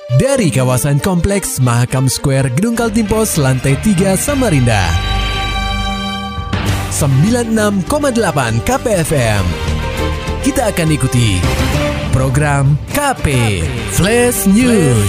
Dari kawasan Kompleks Mahakam Square Gedung Kaltimpos Lantai 3 Samarinda 96,8 KPFM. Kita akan ikuti program KP Flash News.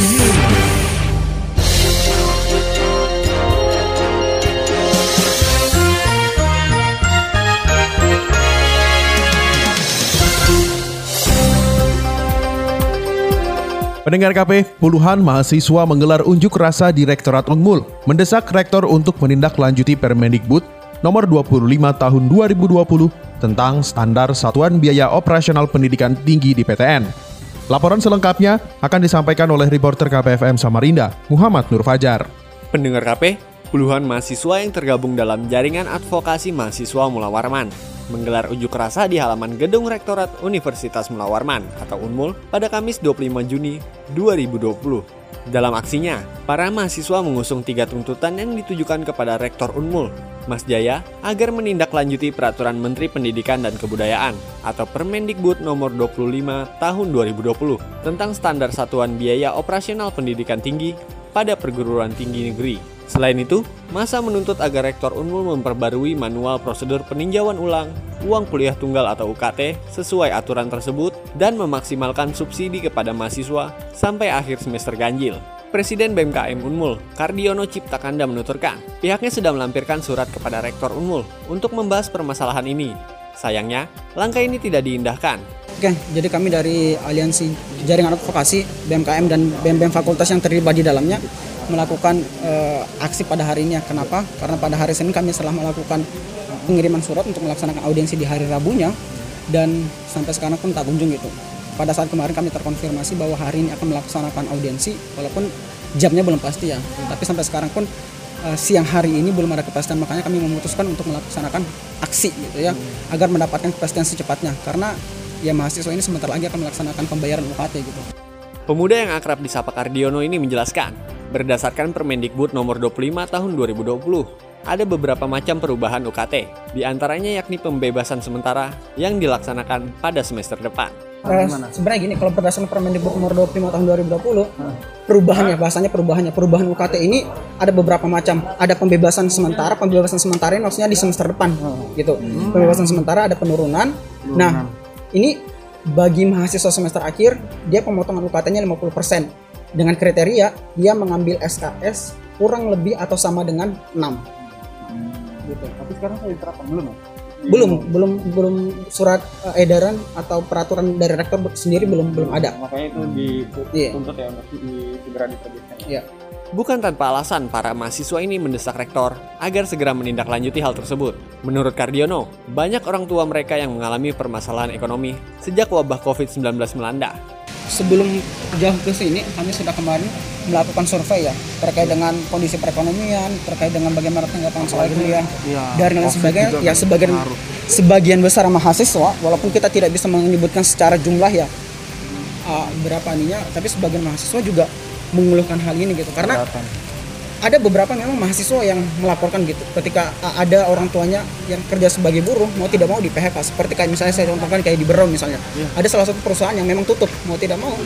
Pendengar KP, puluhan mahasiswa menggelar unjuk rasa di Rektorat Unmul, mendesak rektor untuk menindaklanjuti Permendikbud nomor 25 tahun 2020 tentang standar satuan biaya operasional pendidikan tinggi di PTN. Laporan selengkapnya akan disampaikan oleh reporter KPFM Samarinda, Muhammad Nur Fajar. Pendengar KP, puluhan mahasiswa yang tergabung dalam jaringan advokasi mahasiswa Mula Warman menggelar unjuk rasa di halaman Gedung Rektorat Universitas Mula Warman atau Unmul pada Kamis 25 Juni 2020. Dalam aksinya, para mahasiswa mengusung 3 tuntutan yang ditujukan kepada Rektor Unmul, Mas Jaya, agar menindaklanjuti Peraturan Menteri Pendidikan dan Kebudayaan atau Permendikbud nomor 25 tahun 2020 tentang standar satuan biaya operasional pendidikan tinggi pada perguruan tinggi negeri. Selain itu, masa menuntut agar Rektor Unmul memperbarui manual prosedur peninjauan ulang uang kuliah tunggal atau UKT sesuai aturan tersebut dan memaksimalkan subsidi kepada mahasiswa sampai akhir semester ganjil. Presiden BMKM Unmul, Kardiono Ciptakanda menuturkan, pihaknya sudah melampirkan surat kepada Rektor Unmul untuk membahas permasalahan ini. Sayangnya, langkah ini tidak diindahkan. Oke, jadi kami dari Aliansi Jaringan Advokasi BMKM dan BEM fakultas yang terlibat di dalamnya melakukan aksi pada hari ini. Kenapa? Karena pada hari Senin kami telah melakukan pengiriman surat untuk melaksanakan audiensi di hari Rabunya dan sampai sekarang pun tak kunjung gitu. Pada saat kemarin kami terkonfirmasi bahwa hari ini akan melaksanakan audiensi walaupun jamnya belum pasti ya. Tapi sampai sekarang pun siang hari ini belum ada kepastian, makanya kami memutuskan untuk melaksanakan aksi gitu ya agar mendapatkan kepastian secepatnya karena ya mahasiswa ini sebentar lagi akan melaksanakan pembayaran UKT gitu. Pemuda yang akrab disapa Kardiono ini menjelaskan, berdasarkan Permendikbud nomor 25 tahun 2020, ada beberapa macam perubahan UKT, di antaranya yakni pembebasan sementara yang dilaksanakan pada semester depan. Sebenarnya gini, kalau berdasarkan Permendikbud nomor 25 tahun 2020, perubahan UKT ini ada beberapa macam. Ada pembebasan sementara ini maksudnya di semester depan gitu. Pembebasan sementara ada penurunan. Nah, ini bagi mahasiswa semester akhir, dia pemotongan UKT-nya 50%. Dengan kriteria dia mengambil SKS kurang lebih atau sama dengan 6. Gitu. Tapi sekarang saya diterapkan belum ya? Belum surat edaran atau peraturan dari rektor sendiri belum ada. Makanya itu dituntut ya untuk segera diterbitkan. Iya. Bukan tanpa alasan para mahasiswa ini mendesak rektor agar segera menindaklanjuti hal tersebut. Menurut Kardiono, banyak orang tua mereka yang mengalami permasalahan ekonomi sejak wabah COVID-19 melanda. Sebelum jauh ke sini, kami sudah kemarin melakukan survei ya terkait dengan kondisi perekonomian, terkait dengan bagaimana tanggapan soal kuliah dan lain sebagainya. Ya sebagian besar mahasiswa, walaupun kita tidak bisa menyebutkan secara jumlah ya berapa ininya, tapi sebagian mahasiswa juga mengeluhkan hal ini gitu karena ada beberapa memang mahasiswa yang melaporkan gitu ketika ada orang tuanya yang kerja sebagai buruh mau tidak mau di PHK, seperti kayak misalnya saya contohkan kayak di Berau misalnya ada salah satu perusahaan yang memang tutup mau tidak mau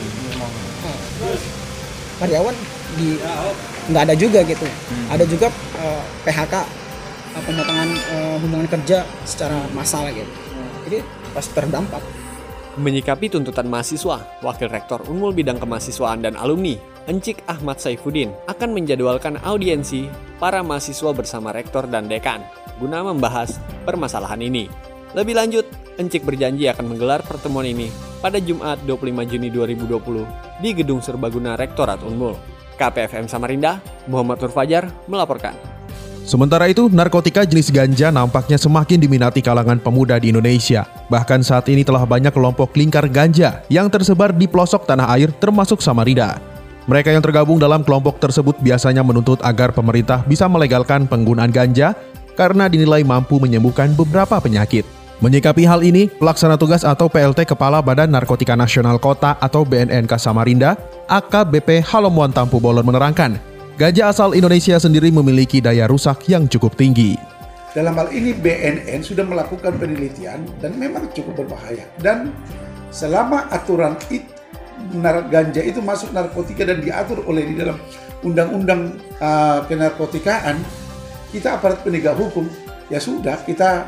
karyawan nggak ada juga gitu. Ada juga PHK, pemotongan hubungan kerja secara massal gitu, jadi pasti terdampak. Menyikapi tuntutan mahasiswa, Wakil Rektor Unmul Bidang Kemahasiswaan dan Alumni, Encik Ahmad Saifuddin, akan menjadwalkan audiensi para mahasiswa bersama Rektor dan Dekan guna membahas permasalahan ini. Lebih lanjut, Encik berjanji akan menggelar pertemuan ini pada Jumat 25 Juni 2020 di Gedung Serbaguna Rektorat Unmul. KPFM Samarinda, Muhammad Nur Fajar melaporkan. Sementara itu, narkotika jenis ganja nampaknya semakin diminati kalangan pemuda di Indonesia. Bahkan saat ini telah banyak kelompok lingkar ganja yang tersebar di pelosok tanah air termasuk Samarinda. Mereka yang tergabung dalam kelompok tersebut biasanya menuntut agar pemerintah bisa melegalkan penggunaan ganja karena dinilai mampu menyembuhkan beberapa penyakit. Menyikapi hal ini, Pelaksana Tugas atau PLT Kepala Badan Narkotika Nasional Kota atau BNNK Samarinda, AKBP Halomuan Tampu Bolon menerangkan, ganja asal Indonesia sendiri memiliki daya rusak yang cukup tinggi. Dalam hal ini BNN sudah melakukan penelitian dan memang cukup berbahaya. Dan selama aturan ganja itu masuk narkotika dan diatur oleh di dalam undang-undang kenarkotikaan, kita aparat penegak hukum, ya sudah kita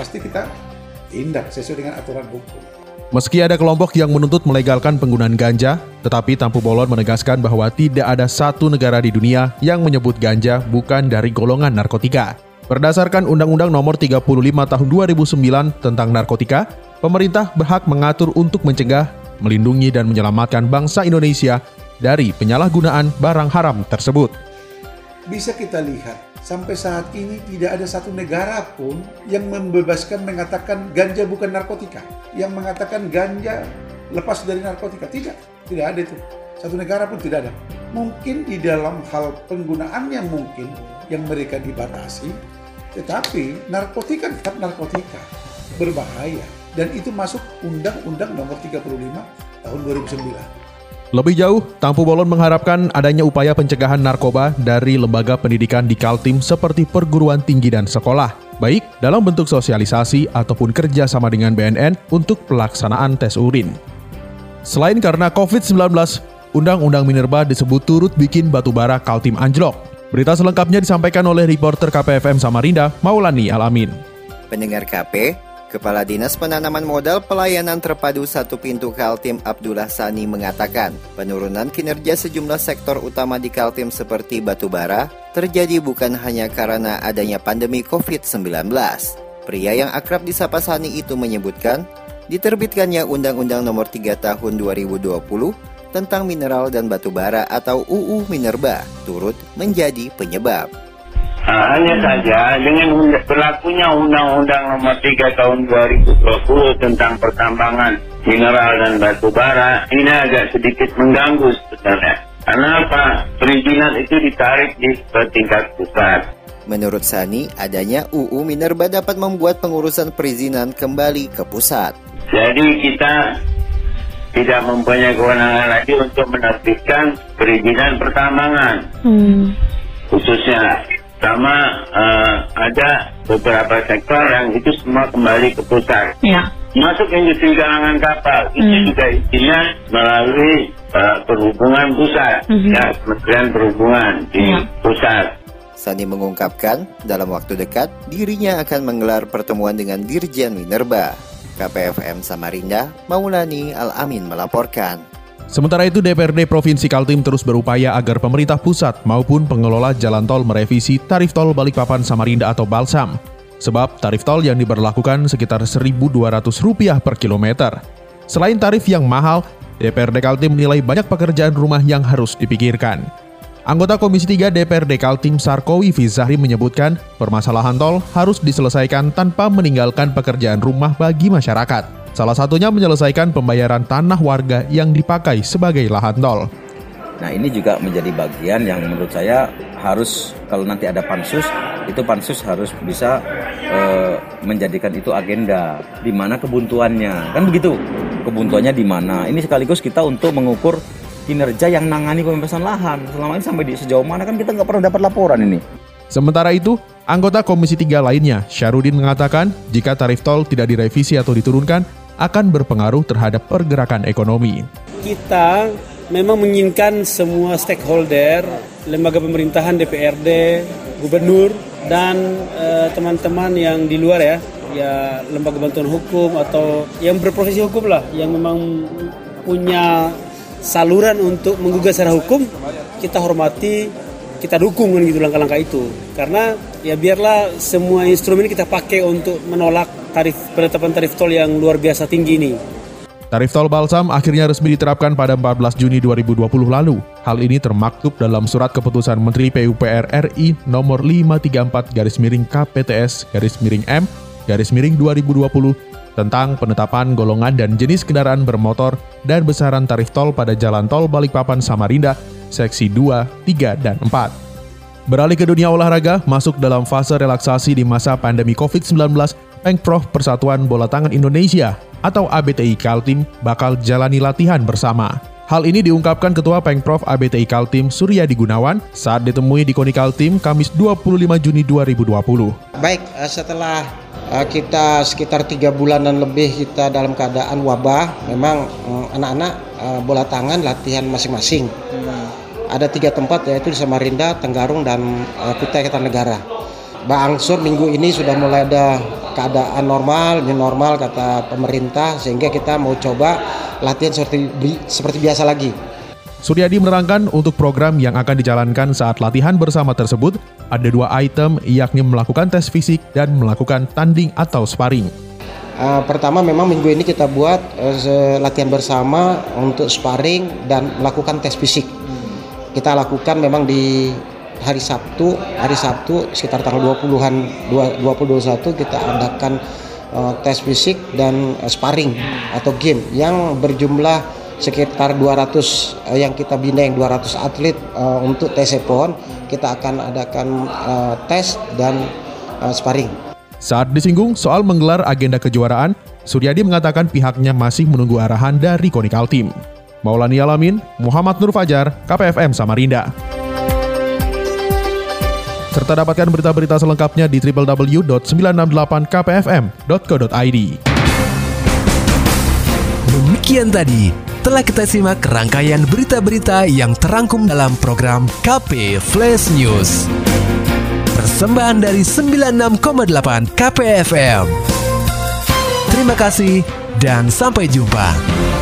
tindak sesuai dengan aturan hukum. Meski ada kelompok yang menuntut melegalkan penggunaan ganja, tetapi Tampu Bolon menegaskan bahwa tidak ada satu negara di dunia yang menyebut ganja bukan dari golongan narkotika. Berdasarkan Undang-Undang Nomor 35 Tahun 2009 tentang narkotika, pemerintah berhak mengatur untuk mencegah, melindungi dan menyelamatkan bangsa Indonesia dari penyalahgunaan barang haram tersebut. Bisa kita lihat, sampai saat ini tidak ada satu negara pun yang membebaskan mengatakan ganja bukan narkotika. Yang mengatakan ganja lepas dari narkotika. Tidak ada itu. Satu negara pun tidak ada. Mungkin di dalam hal penggunaannya mungkin yang mereka dibatasi, tetapi narkotika tetap narkotika, berbahaya. Dan itu masuk Undang-Undang Nomor 35 Tahun 2009. Lebih jauh, Tampu Bolon mengharapkan adanya upaya pencegahan narkoba dari lembaga pendidikan di Kaltim seperti perguruan tinggi dan sekolah, baik dalam bentuk sosialisasi ataupun kerja sama dengan BNN untuk pelaksanaan tes urin. Selain karena COVID-19, Undang-Undang Minerba disebut turut bikin batubara Kaltim anjlok. Berita selengkapnya disampaikan oleh reporter KPFM Samarinda, Maulani Al-Amin. Pendengar KP, Kepala Dinas Penanaman Modal Pelayanan Terpadu Satu Pintu Kaltim Abdullah Sani mengatakan, penurunan kinerja sejumlah sektor utama di Kaltim seperti batubara terjadi bukan hanya karena adanya pandemi COVID-19. Pria yang akrab disapa Sani itu menyebutkan, diterbitkannya Undang-Undang Nomor 3 Tahun 2020 tentang mineral dan batubara atau UU Minerba turut menjadi penyebab. Hanya saja dengan berlakunya Undang-Undang Nomor 3 Tahun 2020 tentang pertambangan mineral dan batubara ini agak sedikit mengganggu sebenarnya. Karena apa? Perizinan itu ditarik di tingkat pusat. Menurut Sani, adanya UU Minerba dapat membuat pengurusan perizinan kembali ke pusat. Jadi kita tidak mempunyai kewenangan lagi untuk menerbitkan perizinan pertambangan. Khususnya sama ada beberapa sektor yang itu semua kembali ke pusat. Ya. Masuk industri galangan kapal itu juga isinya melalui perhubungan pusat, ya Kementerian Perhubungan di pusat. Sani mengungkapkan dalam waktu dekat dirinya akan menggelar pertemuan dengan Dirjen Minerba. KPFM Samarinda, Maulani Al-Amin melaporkan. Sementara itu, DPRD Provinsi Kaltim terus berupaya agar pemerintah pusat maupun pengelola jalan tol merevisi tarif tol Balikpapan Samarinda atau Balsam. Sebab tarif tol yang diberlakukan sekitar Rp1.200 per kilometer. Selain tarif yang mahal, DPRD Kaltim menilai banyak pekerjaan rumah yang harus dipikirkan. Anggota Komisi 3 DPRD Kaltim Sarkowi Fizahri menyebutkan permasalahan tol harus diselesaikan tanpa meninggalkan pekerjaan rumah bagi masyarakat. Salah satunya menyelesaikan pembayaran tanah warga yang dipakai sebagai lahan tol. Nah, ini juga menjadi bagian yang menurut saya harus, kalau nanti ada pansus, itu pansus harus bisa menjadikan itu agenda. Di mana kebuntuannya, kan begitu? Kebuntuannya di mana? Ini sekaligus kita untuk mengukur kinerja yang nangani pembebasan lahan. Selama ini sampai di sejauh mana kan kita nggak pernah dapat laporan ini. Sementara itu, anggota Komisi 3 lainnya, Syarudin mengatakan jika tarif tol tidak direvisi atau diturunkan, akan berpengaruh terhadap pergerakan ekonomi. Kita memang menginginkan semua stakeholder, lembaga pemerintahan, DPRD, gubernur, dan teman-teman yang di luar ya lembaga bantuan hukum atau yang berprofesi hukum lah, yang memang punya saluran untuk menggugat secara hukum, kita hormati, kita dukung gitu langkah-langkah itu. Karena ya biarlah semua instrumen kita pakai untuk menolak penetapan tarif tol yang luar biasa tinggi ini. Tarif tol Balsam akhirnya resmi diterapkan pada 14 Juni 2020 lalu. Hal ini termaktub dalam surat keputusan Menteri PUPR RI nomor 534-M-M-2020 tentang penetapan golongan dan jenis kendaraan bermotor dan besaran tarif tol pada jalan tol Balikpapan Samarinda, seksi 2, 3, dan 4. Beralih ke dunia olahraga, masuk dalam fase relaksasi di masa pandemi COVID-19, Pengprov Persatuan Bola Tangan Indonesia atau ABTI Kaltim bakal jalani latihan bersama. Hal ini diungkapkan Ketua Pengprov ABTI Kaltim Suryadi Gunawan saat ditemui di KONI Kaltim Kamis 25 Juni 2020. Baik, setelah kita sekitar 3 bulanan lebih kita dalam keadaan wabah. Memang anak-anak bola tangan latihan masing-masing. Ada 3 tempat, yaitu di Samarinda, Tenggarong, dan Kutai Kartanegara. Berangsur minggu ini sudah mulai ada keadaan normal, new normal kata pemerintah, sehingga kita mau coba latihan seperti biasa lagi. Suryadi menerangkan untuk program yang akan dijalankan saat latihan bersama tersebut ada 2 item, yakni melakukan tes fisik dan melakukan tanding atau sparring. Pertama memang minggu ini kita buat latihan bersama untuk sparring dan melakukan tes fisik. Kita lakukan memang di hari Sabtu sekitar tanggal 20-21 kita adakan tes fisik dan sparring atau game yang berjumlah sekitar 200 yang kita bina, yang 200 atlet untuk TC-PON. Kita akan adakan tes dan sparring. Saat disinggung soal menggelar agenda kejuaraan, Suryadi mengatakan pihaknya masih menunggu arahan dari KONI Kaltim. Maulani Alamin, Muhammad Nur Fajar, KPFM Samarinda. Serta dapatkan berita-berita selengkapnya di www.968kpfm.co.id. Demikian tadi telah kita simak rangkaian berita-berita yang terangkum dalam program KP Flash News. Persembahan dari 96,8 KPFM. Terima kasih dan sampai jumpa.